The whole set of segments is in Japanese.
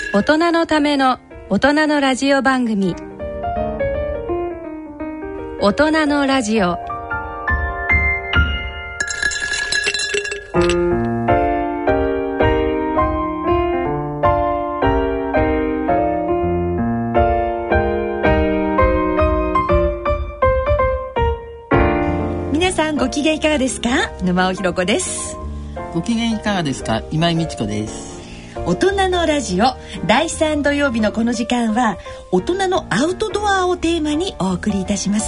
大人のための大人のラジオ番組、大人のラジオ。 皆さんご機嫌いかがですか？沼尾ひろ子です。 ご機嫌いかがですか？今井美智子です。 大人のラジオ第3土曜日のこの時間は大人のアウトドアをテーマにお送りいたします。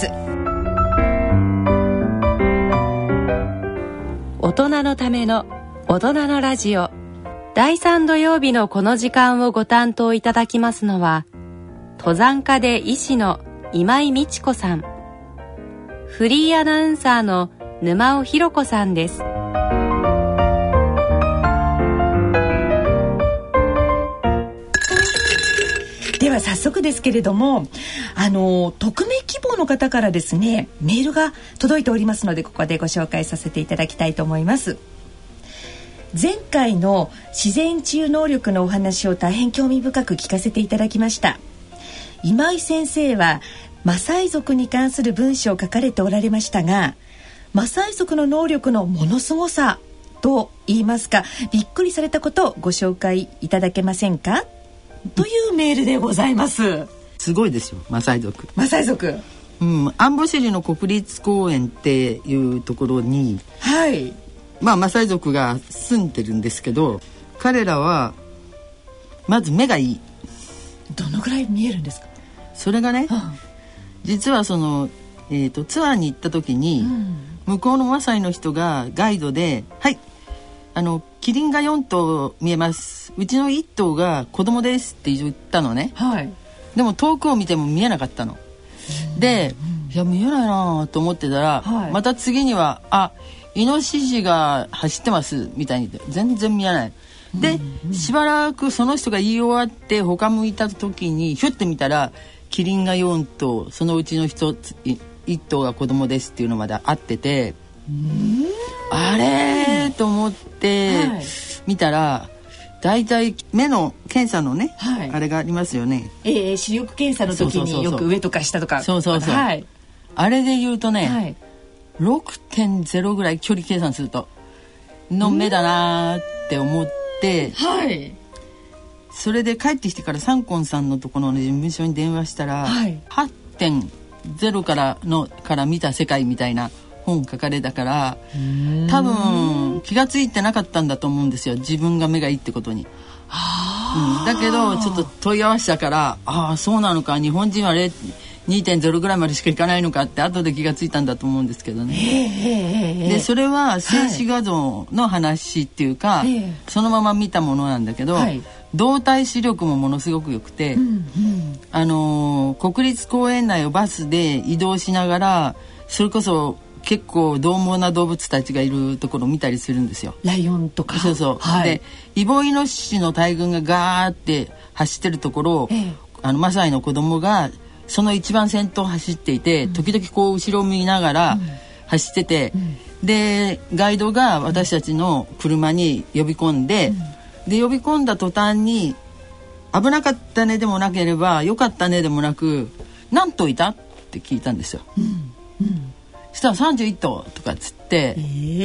大人のための大人のラジオ第3土曜日のこの時間をご担当いただきますのは、登山家で医師の今井美智子さん、フリーアナウンサーの沼尾ひろ子さんです。 では早速ですけれども、匿名希望の方からですね、メールが届いておりますので、ここでご紹介させていただきたいと思います。前回の自然治癒能力のお話を大変興味深く聞かせていただきました。今井先生はマサイ族に関する文章を書かれておられましたが、マサイ族の能力のものすごさと言いますか、びっくりされたことをご紹介いただけませんか、というメールでございます。 すごいですよ、マサイ族。 マサイ族、 アンボシリの国立公園っていうところに、 はい、 マサイ族が住んでるんですけど、彼らはまず目がいい。 どのぐらい見えるんですか？ それがね、実はその、ツアーに行った時に、向こうのマサイの人がガイドで、はい、キリンが4頭見えます、うちの1頭が子供ですって言ったのね、はい、でも遠くを見ても見えなかったので、いや見えないなと思ってたら、はい、また次にはイノシシが走ってますみたいに全然見えないで、しばらくその人が言い終わって他向いた時にひょって見たら、キリンが4頭、そのうちの1頭が子供ですっていうのまで合ってて、あれと思って見たら、だいたい目の検査のね、はい、あれがありますよね、 視力検査の時によく上とか下とか、 はい、あれで言うとね、はい、6.0 ぐらい距離計算するとの目だなって思って、はい、それで帰ってきてからサンコンさんのところの事務所に電話したら、はい、8.0 から見た世界みたいな本書かれたから、多分気がついてなかったんだと思うんですよ、自分が目がいいってことに。だけどちょっと問い合わせたから、そうなのか、日本人は 2.0 ぐらいまでしかいかないのかって後で気がついたんだと思うんですけどね。でそれは静止画像の話っていうか、そのまま見たものなんだけど、動体視力もものすごく良くて、国立公園内をバスで移動しながら、それこそ結構獰猛な動物たちがいるところを見たりするんですよ。 ライオンとか。 そうそう、はい、でイボイノシシの大群がガーって走ってるところを、マサイの子供がその一番先頭を走っていて、時々こう後ろを見ながら走ってて、でガイドが私たちの車に呼び込んで、で呼び込んだ途端に、危なかったねでもなければよかったねでもなく、何頭いたって聞いたんですよ。そしたら31頭とかっつって、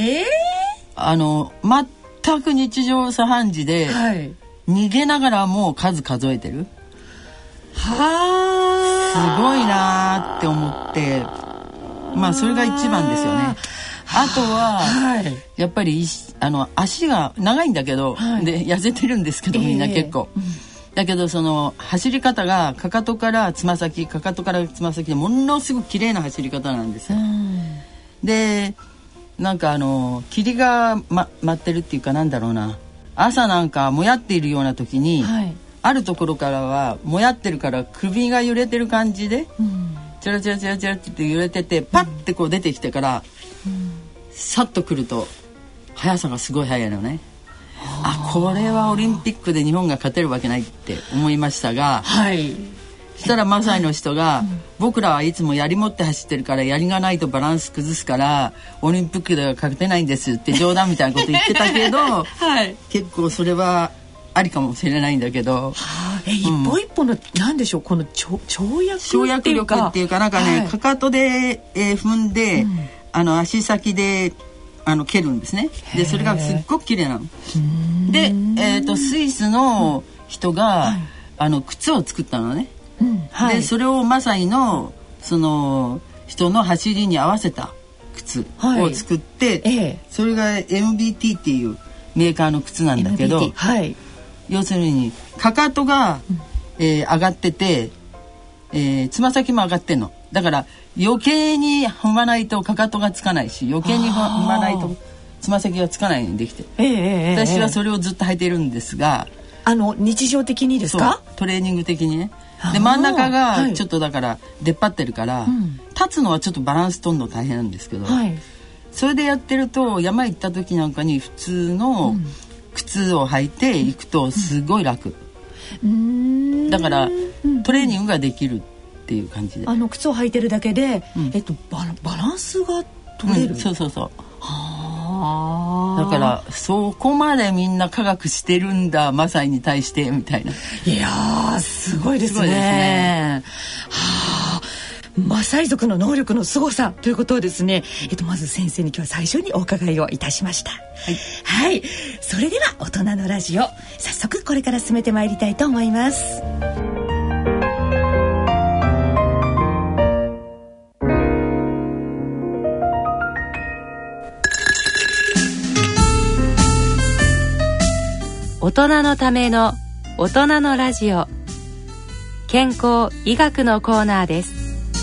全く日常茶飯事で、はい、逃げながらも数えてる。すごいなって思って、それが一番ですよね。あとは、はい、やっぱり足が長いんだけど、はい、で痩せてるんですけど、みんな結構、だけどその走り方がかかとからつま先でものすごく綺麗な走り方なんですよ。でなんか霧が、舞ってるっていうか、なんだろうな、朝なんかもやっているような時に、はい、あるところからはもやってるから首が揺れてる感じで、チャラチャラチャラチャラって揺れてて、パッてこう出てきてから、さっと来ると速さがすごい速いのね。これはオリンピックで日本が勝てるわけないって思いましたが、はい、そしたらマサイの人が、僕らはいつも槍持って走ってるから、槍がないとバランス崩すからオリンピックでは勝てないんですって冗談みたいなこと言ってたけど、はい、結構それはありかもしれないんだけど、 一歩一歩のなんでしょう、この跳躍力っていうかなんかね、かかとで、踏んで、足先で蹴るんですね。でそれがすっごく綺麗なの。で、スイスの人が、靴を作ったのね。でそれをマサイのその人の走りに合わせた靴を作って、それが MBT っていうメーカーの靴なんだけど、要するにかかとが、上がってて、つま先も上がってんの。だから余計に踏まないとかかとがつかないし、余計に踏まないとつま先がつかないようにできて、私はそれをずっと履いているんですが、 日常的にですか？ トレーニング的にね。で真ん中がちょっとだから出っ張ってるから、立つのはちょっとバランス取るの大変なんですけど、それでやってると山行った時なんかに普通の靴を履いていくとすごい楽。だからトレーニングができるっていう感じで、 靴を履いてるだけで、バランスが取れる。 そうだからそこまでみんな科学してるんだマサイに対してみたいな。 いやーすごいですね。マサイ族の能力の凄さということをですね、まず先生に今日は最初にお伺いをいたしました。はい、それでは大人のラジオ、早速これから進めてまいりたいと思います。 大人のための大人のラジオ、健康医学のコーナーです。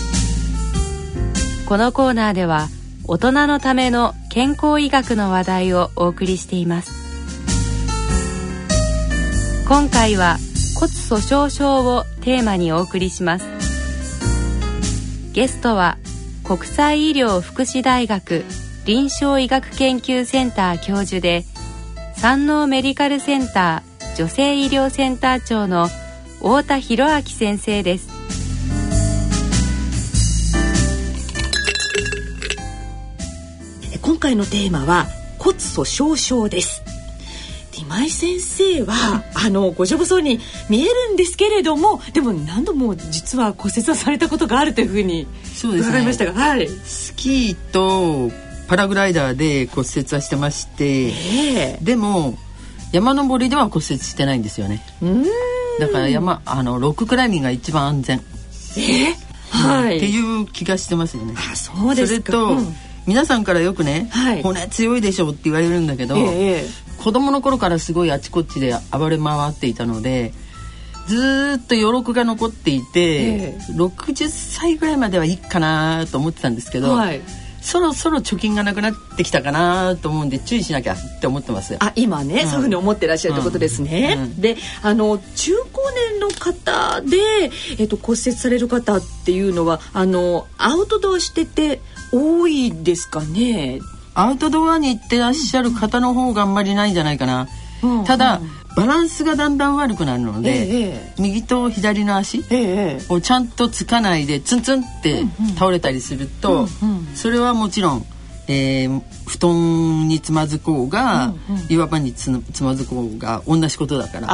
このコーナーでは大人のための健康医学の話題をお送りしています。今回は骨粗しょう症をテーマにお送りします。ゲストは国際医療福祉大学臨床医学研究センター教授で山王メディカルセンター女性医療センター長の太田博明先生です。 今回のテーマは骨粗しょう症です。今井先生はご丈夫そうに見えるんですけれども、でも何度も実は骨折はされたことがあるというふうに伺いましたが、 スキーとパラグライダーで骨折はしてまして、でも山登りでは骨折してないんですよね。だからロッククライミングが一番安全、っていう気がしてますよね。 そうですか。 それと、皆さんからよくね、骨強いでしょって言われるんだけど、子供の頃からすごいあちこちで暴れ回っていたのでずっと余力が残っていて、60歳ぐらいまではいいかなと思ってたんですけど、そろそろ貯金がなくなってきたかなと思うんで注意しなきゃって思ってます。 今ね、そういうふうに思ってらっしゃるということですね。で中高年の方で、骨折される方っていうのはアウトドアしてて多いですかね。 アウトドアに行ってらっしゃる方の方があんまりないんじゃないかな。ただバランスがだんだん悪くなるので、右と左の足をちゃんとつかないでツンツンって倒れたりすると、それはもちろん、布団につまずこうが、岩場につまずこうが同じことだから、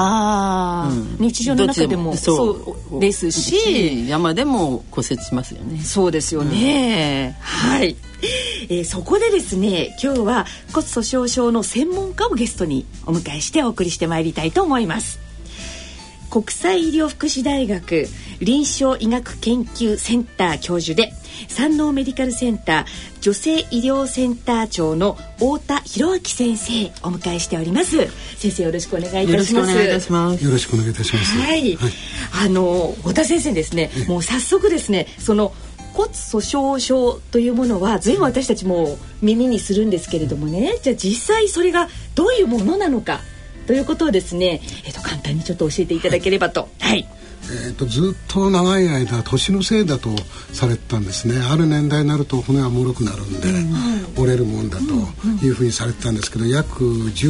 日常の中でもそうですし、 山でも骨折しますよね。 そうですよね。そこでですね、今日は骨粗しょう症の専門家をゲストにお迎えしてお送りしてまいりたいと思います。国際医療福祉大学臨床医学研究センター教授で山王メディカルセンター女性医療センター長の太田博明先生お迎えしております。先生よろしくお願いいたします。 よろしくお願いいたします。 よろしくお願いいたします。 太田先生ですね、もう早速ですね、その骨粗しょう症というものは随分私たちも耳にするんですけれどもね、じゃあ実際それがどういうものなのかということをですね、簡単にちょっと教えていただければと。 ずっと長い間年のせいだとされてたんですね。ある年代になると骨は脆くなるんで、折れるもんだというふうにされてたんですけど、約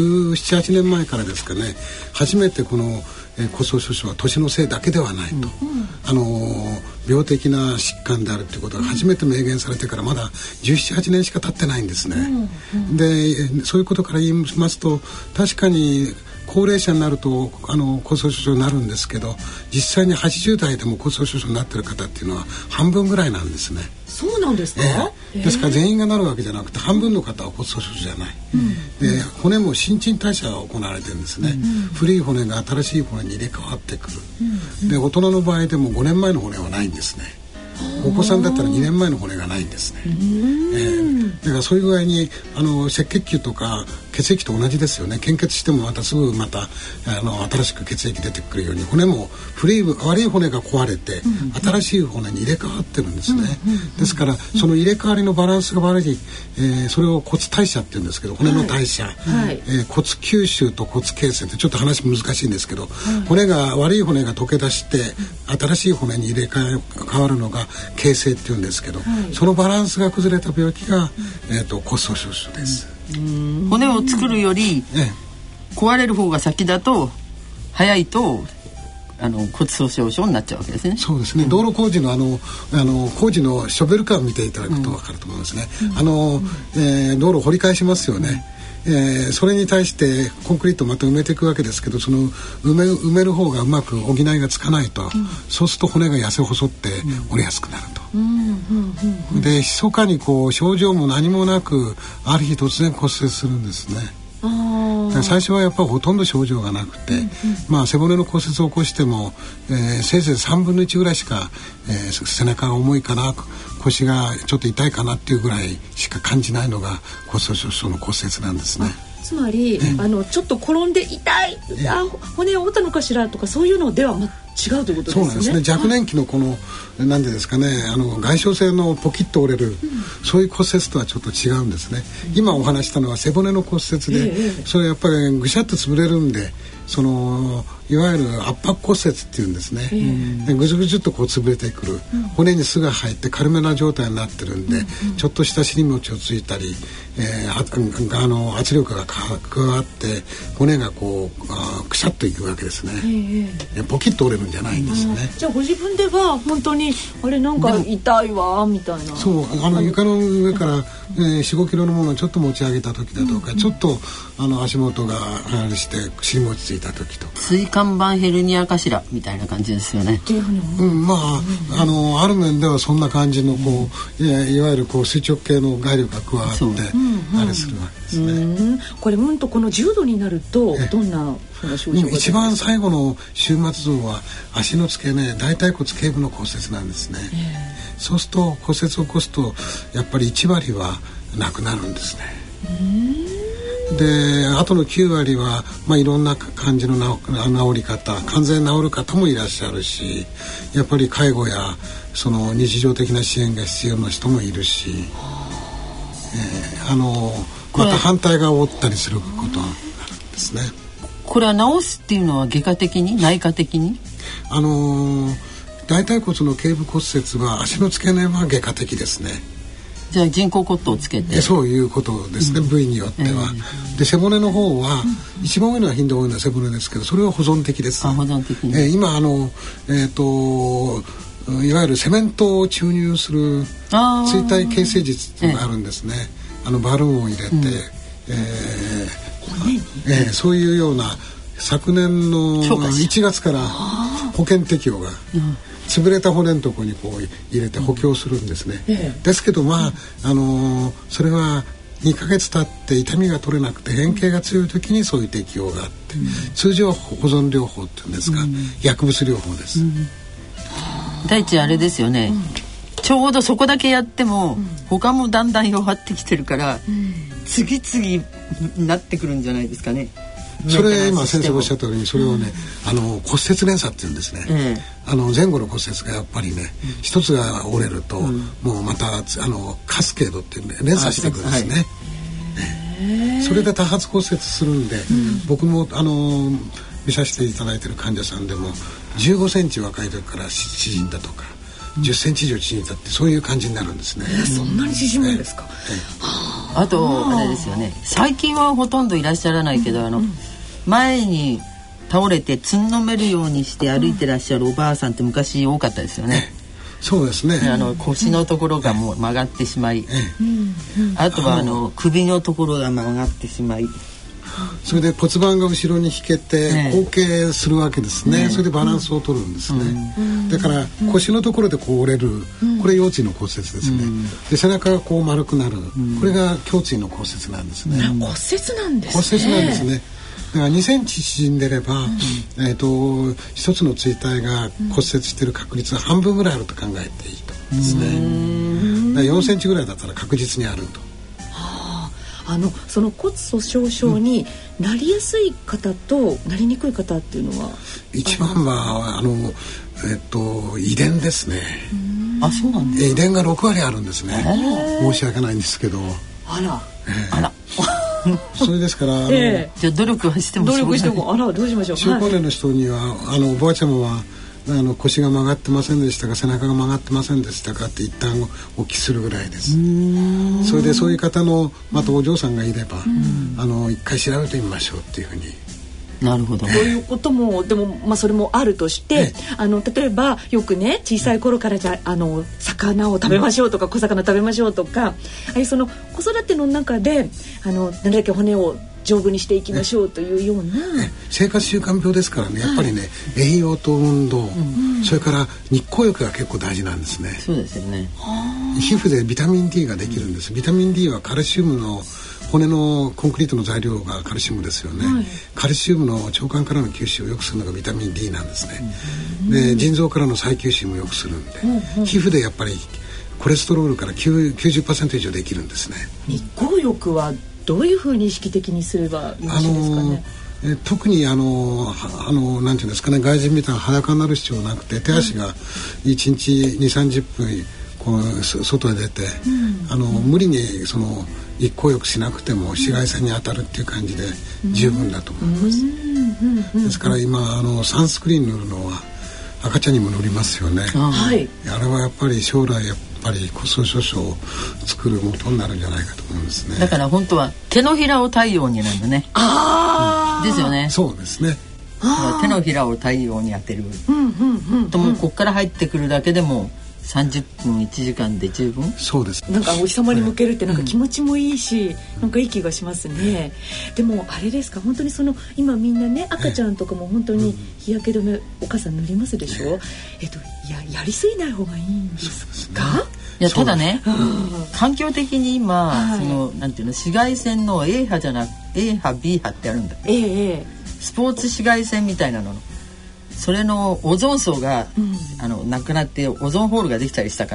17、8年前からですかね、初めてこの骨粗しょう症は年のせいだけではないと、病的な疾患であるということが初めて明言されてからまだ17、8年しか経ってないんですね。でそういうことから言いますと、確かに高齢者になると骨粗しょう症になるんですけど、実際に80代でも骨粗しょう症になっている方っていうのは半分ぐらいなんですね。 そうなんですか？ ですから全員がなるわけじゃなくて、半分の方は骨粗しょう症じゃない、で骨も新陳代謝が行われてるんですね、古い骨が新しい骨に入れ替わってくる、で大人の場合でも5年前の骨はないんですね。お子さんだったら2年前の骨がないんですね。だからそういう具合に赤血球とか血液と同じですよね。献血してもまたすぐ新しく血液出てくるように、骨も悪い骨が壊れて、新しい骨に入れ替わってるんですね。ですからその入れ替わりのバランスが悪い、それを骨代謝っていうんですけど、骨の代謝、骨吸収と骨形成ってちょっと話難しいんですけど、悪い骨が溶け出して新しい骨に入れ替わるのが形成っていうんですけど、そのバランスが崩れた病気が、骨粗しょう症です。 骨を作るより、壊れる方が先だと早いと骨粗しょう症になっちゃうわけですね。 そうですね、道路工事の工事のショベルカーを見ていただくと分かると思いますね。道路を掘り返しますよね。それに対してコンクリートをまた埋めていくわけですけど、その埋める方がうまく補いがつかないと、そうすると骨が痩せ細って折れやすくなると、で密かに症状も何もなくある日突然骨折するんですね。最初はやっぱりほとんど症状がなくて、背骨の骨折を起こしても、せいぜい3分の1ぐらいしか、背中が重いかな、腰がちょっと痛いかなっていうぐらいしか感じないのが骨粗しょう症の骨折なんですね。 つまりちょっと転んで痛い、骨を折ったのかしらとか、そういうのでは違うということですね。 そうなんですね。若年期のなんでですかね、外傷性のポキッと折れる、そういう骨折とはちょっと違うんですね。今お話したのは背骨の骨折で、それやっぱりぐしゃっと潰れるんで、いわゆる圧迫骨折っていうんですね。ぐじゅぐじゅっと潰れてくる、骨に巣が入って軽めな状態になってるんで、ちょっとした尻餅をついたり、圧力が加わって骨がくしゃっといくわけですね。ポキッと折れるんじゃないんですね。 じゃあご自分では本当になんか痛いわみたいな。 そう、床の上から、4,5 キロのものをちょっと持ち上げた時だとか、ちょっと足元がして尻餅ついた時とか、 椎間板ヘルニアかしらみたいな感じですよね。 ある面ではそんな感じのいわゆる垂直系の外力が加わって、あれするわけですね。 これこの重度になるとどんな症状が？ 一番最後の終末像は足の付け根、大腿骨頸部の骨折なんですね。そうすると骨折を起こすとやっぱり1割はなくなるんですね。であとの9割はいろんな感じの治り方、完全に治る方もいらっしゃるし、やっぱり介護や日常的な支援が必要な人もいるし、また反対側を折ったりすることがあるんですね。 これは治すっていうのは外科的に内科的に？ 大腿骨の頸部骨折は足の付け根は外科的ですね。 じゃあ人工骨頭をつけて、 そういうことですね、部位によっては。で背骨の方は、一番多いのは頻度多いのは背骨ですけど、それは保存的です。 保存的に、 今いわゆるセメントを注入する椎体形成術っていうのがあるんですね。バルーンを入れて、そういうような昨年の1月から保険適用が、潰れた骨のところに入れて補強するんですね。ですけどそれは2ヶ月経って痛みが取れなくて変形が強い時にそういう適用があって、通常は保存療法っていうんですが、薬物療法です。 第一あれですよね、ちょうどそこだけやっても、他もだんだん弱ってきてるから、次々になってくるんじゃないですかね。 それ今先生がおっしゃったように、それをね、骨折連鎖っていうんですね。前後の骨折がやっぱりね、一つが折れると、もうまたカスケードっていうね、連鎖していくんですね。それで多発骨折するんで、僕も見させていただいている患者さんでも15センチ若い時から縮んだとか、10センチ以上縮んだって、そういう感じになるんですね。 そんなに縮むんですか？ あとあれですよね、最近はほとんどいらっしゃらないけど、前に倒れてつんのめるようにして歩いてらっしゃるおばあさんって昔多かったですよね。 そうですね。 腰のところがもう曲がってしまい、あとは首のところが曲がってしまい、 それで骨盤が後ろに引けて後傾するわけですね。それでバランスを取るんですね。だから腰のところでこう折れる、これ腰椎の骨折ですね。で背中がこう丸くなる、これが胸椎の骨折なんですね。 骨折なんですね。 骨折なんですね。だから2センチ縮んでれば、一つの椎体が骨折している確率は半分ぐらいあると考えていいとですね。だから4センチぐらいだったら確実にあると。 その骨粗しょう症になりやすい方となりにくい方っていうのは、 一番は遺伝ですね。 そうなんです。 遺伝が6割あるんですね。申し訳ないんですけど。 あら。 それですから、 じゃあ努力はしてもどうしましょう。 中高年の人にはおばあちゃまは腰が曲がってませんでしたか、背中が曲がってませんでしたかって一旦お聞きするぐらいです。それでそういう方のまたお嬢さんがいれば、一回調べてみましょうっていうふうに。 なるほど。 そういうこともでも、それもあるとして、例えばよくね、小さい頃から魚を食べましょうとか、小魚食べましょうとか、その子育ての中でなるだけ骨を丈夫にしていきましょうというような、 生活習慣病ですからね、やっぱりね、栄養と運動、それから日光浴が結構大事なんですね。 そうですよね。 皮膚でビタミン D ができるんです。ビタミン D はカルシウムの骨のコンクリートの材料がカルシウムですよね。カルシウムの腸管からの吸収を良くするのがビタミン D なんですね。で腎臓からの再吸収も良くするんで、皮膚でやっぱりコレステロールから 90% 以上できるんですね。 日光浴はどういうふうに意識的にすればよろしいですかね。 特になんていうんですかね、外人みたいな裸になる必要なくて、手足が1日 2,30 分こう外へ出て、無理に日光浴しなくても紫外線に当たるっていう感じで十分だと思います。ですから今サンスクリーン塗るのは赤ちゃんにも塗りますよね。あれはやっぱり将来やっぱり骨粗しょう症を作る元になるんじゃないかと思うんですね。 だから本当は手のひらを太陽になんだね。ですよね。 そうですね。 手のひらを太陽に当てると、もうこっから入ってくるだけでも30分1時間で十分。 そうです。 なんかお日様に向けるってなんか気持ちもいいし、なんかいい気がしますね。でもあれですか、本当に今みんなね、赤ちゃんとかも本当に日焼け止めお母さん塗りますでしょ。やりすぎない方がいいんですか。 いや、ただね、環境的に今、なんていうの、紫外線の A 波じゃなく A 波 B 波ってあるんだ。スポーツ紫外線みたいなの。それのオゾン層が、なくなってオゾンホールができたりしたから、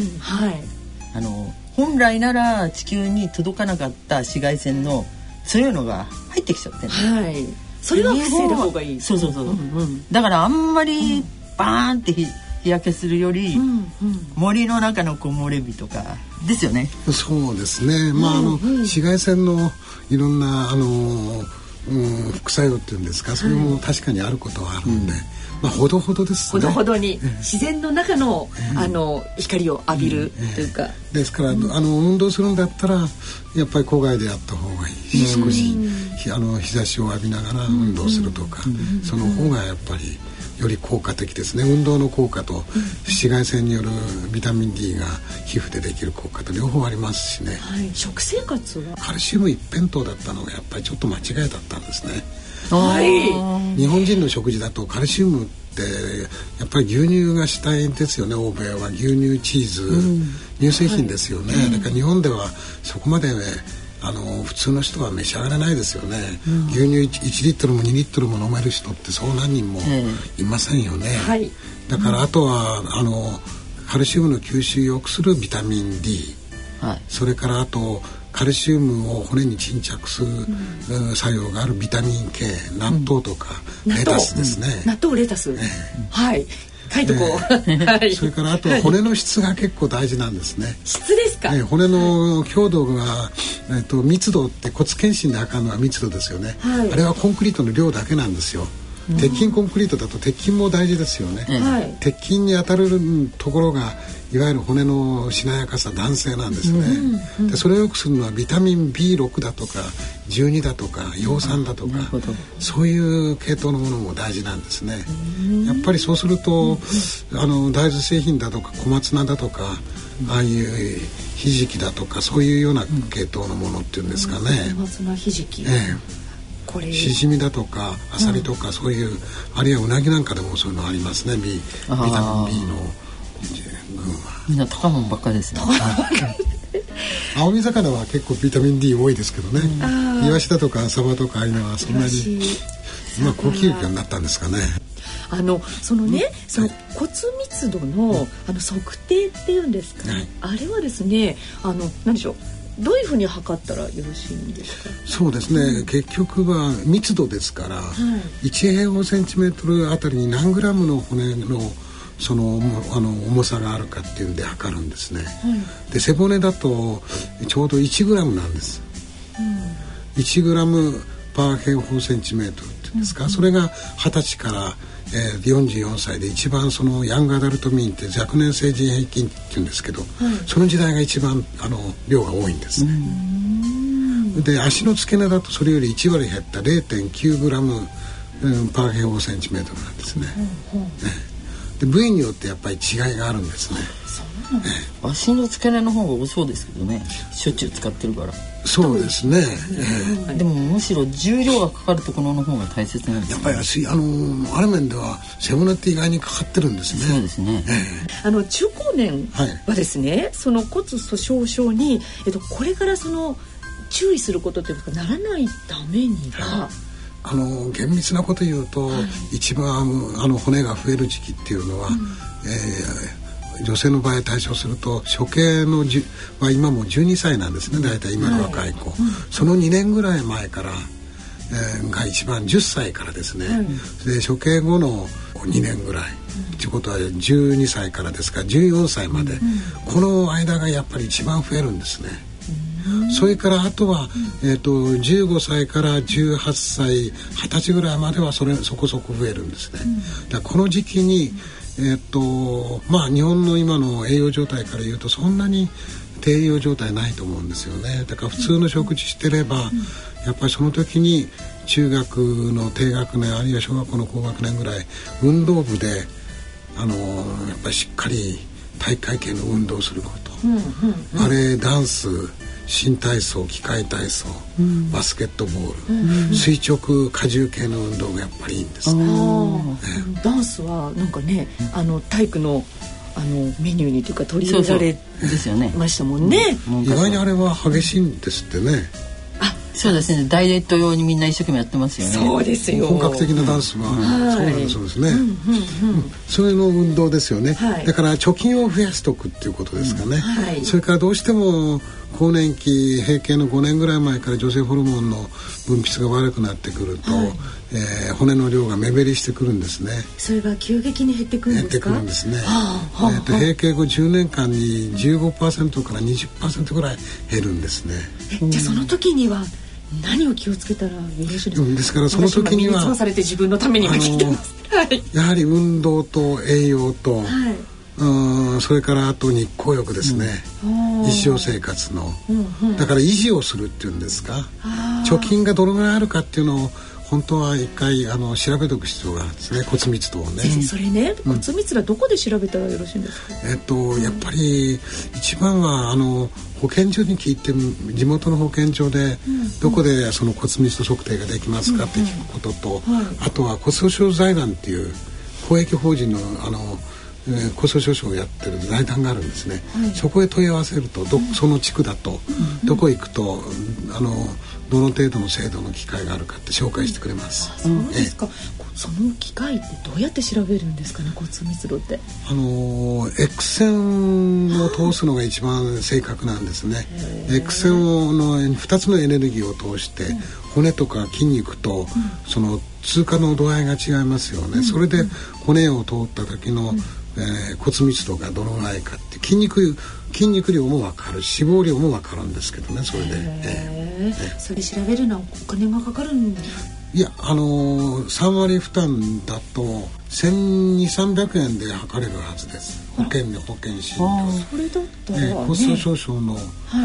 本来なら地球に届かなかった紫外線の強いのが入ってきちゃってる、 それは防いだ方がいい。 そう、だからあんまりバーンって日焼けするより、森の中の木漏れ日とかですよね。 そうですね。紫外線のいろんな副作用っていうんですか、それも確かにあることはあるんで、ほどほどですね。 ほどほどに自然の中の光を浴びるというか、 ですから運動するんだったらやっぱり戸外でやった方がいいし、少し日差しを浴びながら運動するとか、その方がやっぱりより効果的ですね。運動の効果と紫外線によるビタミン D が皮膚でできる効果と両方ありますしね。 食生活はカルシウム一辺倒だったのがやっぱりちょっと間違いだったんですね。 日本人の食事だとカルシウムってやっぱり牛乳が主体ですよね。欧米は牛乳、チーズ、乳製品ですよね。だから日本ではそこまで普通の人は召し上がれないですよね。牛乳 1リットルも2リットルも飲める人ってそう何人もいませんよね。だからあとはカルシウムの吸収を良くするビタミン D、それからあとカルシウムを骨に沈着する作用があるビタミン K、納豆とかレタスですね。 納豆、レタス、書いとこう。 それからあと骨の質が結構大事なんですね。 質ですか。 骨の強度が密度って骨検診で測るのは密度ですよね。あれはコンクリートの量だけなんですよ。鉄筋コンクリートだと鉄筋も大事ですよね。鉄筋に当たるところがいわゆる骨のしなやかさ、弾性なんですね。でそれを良くするのはビタミン B6 だとか12だとか葉酸だとか、そういう系統のものも大事なんですね。やっぱりそうすると大豆製品だとか小松菜だとかああいうひじきだとかそういうような系統のものっていうんですかね。 小松菜、ひじき、 しじみだとかアサリとか、そういうあるいはうなぎなんかでもそういうのありますね。ビタミン B の群はみんな高もんばっかりですね。 青身魚は結構ビタミン D 多いですけどね、イワシだとかサバとかああいうのはそんなに今高級魚になったんですかね。 そのね、その骨密度の、測定っていうんですか、あれはですね、何でしょう、どういうふうに測ったらよろしいんですか。 そうですね、結局は密度ですから、1平方センチメートルあたりに何グラムの骨のその重さがあるかっていうんで測るんですね、で背骨だとちょうど1グラムなんです、1グラムパー平方センチメートルっていうんですか、それが20歳から44歳で一番そのヤングアダルトミーンって若年成人平均っていうんですけど、その時代が一番量が多いんですね。で足の付け根だとそれより1割減った 0.9 グラム、パー平方センチメートルなんですね。で部位によってやっぱり違いがあるんですね。 足の付け根の方が多そうですけどね、しょっちゅう使ってるから。 そうですね、 でもむしろ重量がかかるところの方が大切なんですね。 やっぱりある面では背骨って意外にかかってるんですね。 そうですね、 中高年はですね、その骨粗しょう症に、これからその注意することというかならないためには、 厳密なこと言うと、一番骨が増える時期っていうのは、女性の場合対処すると初経のは今も12歳なんですね、大体今の若い子、その2年ぐらい前から、が一番10歳からですね、で初経後の2年ぐらい、ということは12歳からですから14歳まで、この間がやっぱり一番増えるんですね。それからあとは、15歳から18歳20歳ぐらいまではそこそこ増えるんですね。だからこの時期に日本の今の栄養状態から言うとそんなに低栄養状態ないと思うんですよね。だから普通の食事してれば、やっぱりその時に中学の低学年あるいは小学校の高学年ぐらい運動部でやっぱりしっかり体育会系の運動をすること、バレエ、ダンス、新体操、機械体操、バスケットボール、垂直荷重系の運動がやっぱりいいんですね。 ダンスはなんかね、体育のメニューにというか取り入れられましたもんね。 意外にあれは激しいんですってね。 そうですね、ダイエット用にみんな一生懸命やってますよね。 そうですよ、 本格的なダンスは、そうですね、それの運動ですよね、だから貯金を増やしておくっていうことですかね、それからどうしても更年期閉経の5年ぐらい前から女性ホルモンの分泌が悪くなってくると、骨の量が目減りしてくるんですね。 それが急激に減ってくるんですか。 減ってくるんですね。閉経後10年間に 15% から 20% ぐらい減るんですね。 じゃあその時には何を気をつけたらよろしいですか。 ですからその時にはされて自分のために聞いてます、 やはり運動と栄養と、それからあと日光浴ですね、日常生活の、だから維持をするっていうんですか、貯金がどのぐらいあるかっていうのを本当は一回調べておく必要があるんですね、骨密度をね。 先生それね、骨密度はどこで調べたらよろしいんですか。 やっぱり一番は保健所に聞いて、地元の保健所でどこでその骨密度測定ができますかって聞くことと、あとは骨粗しょう財団っていう公益法人の骨粗しょう症をやってる財団があるんですね、そこへ問い合わせるとその地区だとどこ行くとどの程度の精度の機械があるかって紹介してくれます。 そうですか。その機械ってどうやって調べるんですかね、骨密度って。 X 線を通すのが一番正確なんですね。X 線の2つのエネルギーを通して骨とか筋肉とその通過の度合いが違いますよね。それで骨を通った時の骨密度がどのぐらいかって筋肉量も分かる、脂肪量も分かるんですけどね。それで、 それ調べるのはお金がかかるんですか。 いや3割負担だと1200-300円で測れるはずです。保険診療。 それだったら、 骨粗しょう症の、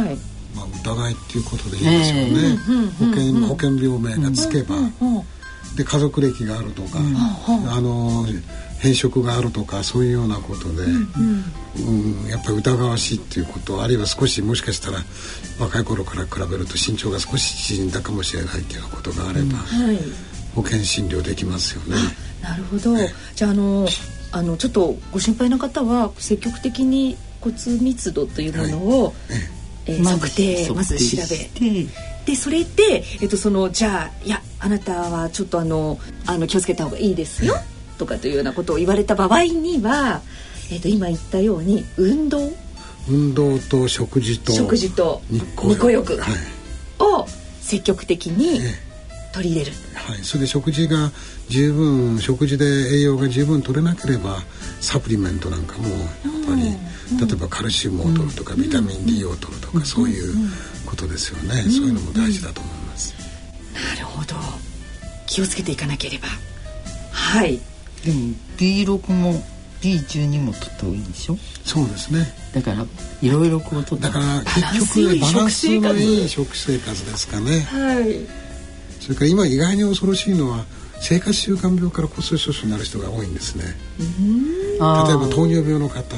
疑いっていうことでいいですよね。保険病名がつけば、 で家族歴があるとか、変色があるとかそういうようなことで、やっぱり疑わしいっていうこと、あるいは少しもしかしたら若い頃から比べると身長が少し縮んだかもしれないっていうようなことがあれば、保険診療できますよね。 なるほど。じゃあちょっとご心配な方は積極的に骨密度というものを、測定まず調べて、でそれで、じゃあいやあなたはちょっと気をつけた方がいいですよ、とかというようなことを言われた場合には、今言ったように運動と食事と日光浴を積極的に取り入れる、 それで食事で栄養が十分取れなければサプリメントなんかもやっぱり、例えばカルシウムを取るとか、ビタミン D を取るとか、そういうことですよね。そういうのも大事だと思います。 なるほど。気をつけていかなければ。 でも B6 も B12 も取った方がいいでしょ。 そうですね。 だからいろいろこう取った。 だから結局バランスのいい食生活ですかね。それから今意外に恐ろしいのは生活習慣病から骨粗しょう症になる人が多いんですね。例えば糖尿病の方、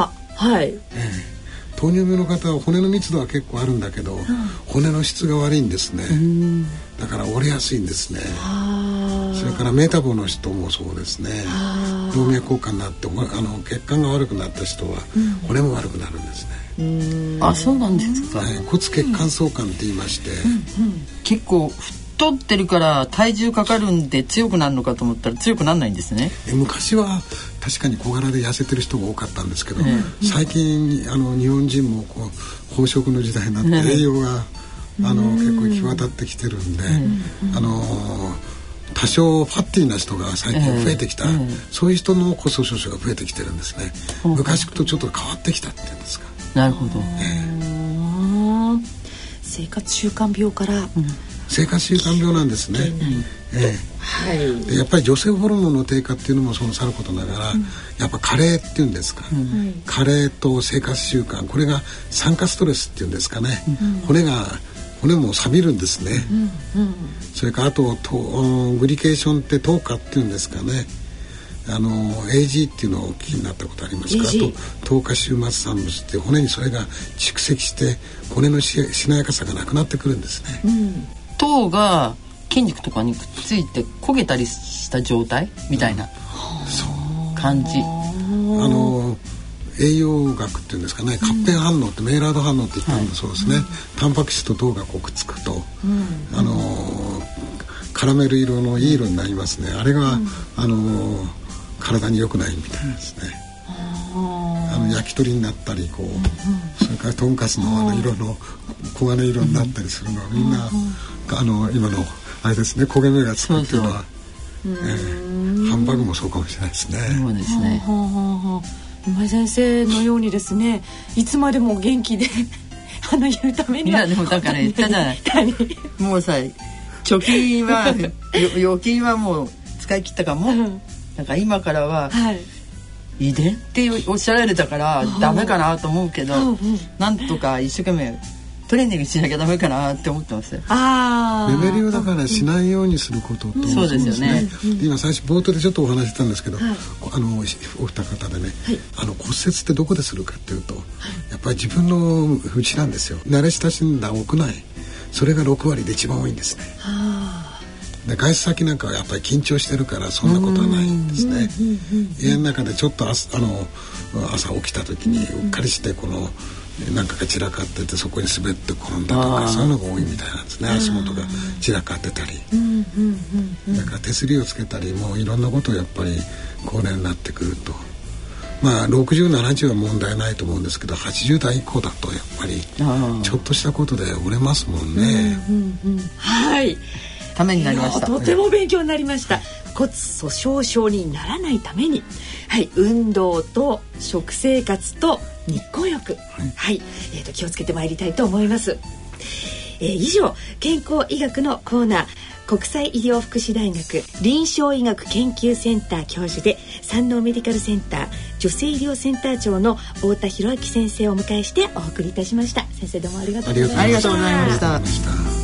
糖尿病の方は骨の密度は結構あるんだけど、骨の質が悪いんですね。だから折れやすいんですね。それからメタボの人もそうですね。動脈硬化になって血管が悪くなった人は骨も悪くなるんですね。 そうなんですか。 骨血管相関って言いまして、 結構太ってるから体重かかるんで強くなるのかと思ったら強くならないんですね。 昔は確かに小柄で痩せてる人が多かったんですけど、最近日本人も飽食の時代になって栄養が結構行き渡ってきてるんで、多少ファッティーな人が最近増えてきた、そういう人の骨粗しょう症が増えてきてるんですね。昔とちょっと変わってきたっていうんですか。 なるほど。 生活習慣病から、 生活習慣病なんですね。でやっぱり女性ホルモンの低下っていうのもさることながら、やっぱ加齢っていうんですか、加齢と生活習慣、これが酸化ストレスっていうんですかね、骨も錆びるんですね。それからあとグリケーションって糖化っていうんですかね。AG っていうのをお聞きになったことありますか。あと糖化終末産物って骨にそれが蓄積して骨のしなやかさがなくなってくるんですね。 糖が筋肉とかにくっついて焦げたりした状態みたいな感じ。 栄養学っていうんですかね、カッペン反応ってメイラード反応って言ってるんだそうですね。タンパク質と糖がくっつくと、カラメル色のいい色になりますね。あれが、体に良くないみたいですね。焼き鳥になったりそれからとんかつの色の黄金色になったりするのはみんな、今のあれですね、焦げ目がつくっていうのは、ハンバーグもそうかもしれないですね。 そうですね。 今井先生のようにですね、いつまでも元気で言うためには。 でもだから言ったじゃないもうさ、預金はもう使い切ったかも。だから今からは、遺伝っておっしゃられたからダメかなと思うけど、なんとか一生懸命トレーニングしなきゃダメかなって思ってますよ。 レベルをだからしないようにすることと、 そうですよね。 今最初冒頭でちょっとお話ししたんですけど、お二方でね、骨折ってどこでするかっていうと、やっぱり自分の家なんですよ。慣れ親しんだ屋内、それが6割で一番多いんですね。で外出先なんかはやっぱり緊張してるからそんなことはないんですね。家の中でちょっと朝起きた時にうっかりしてなんかが散らかっててそこに滑って転んだとか、そういうのが多いみたいなんですね。足元が散らかってたり、だから手すりをつけたり、もういろんなことをやっぱり高齢になってくると、60、70は問題ないと思うんですけど、80代以降だとやっぱりちょっとしたことで折れますもんね。 ためになりました。 とても勉強になりました。骨粗しょう症にならないために、運動と食生活と日光浴、気をつけてまいりたいと思います。以上、健康医学のコーナー、国際医療福祉大学臨床医学研究センター教授で山王メディカルセンター女性医療センター長の太田博明先生をお迎えしてお送りいたしました。先生、どうもありがとうございました。 ありがとうございました。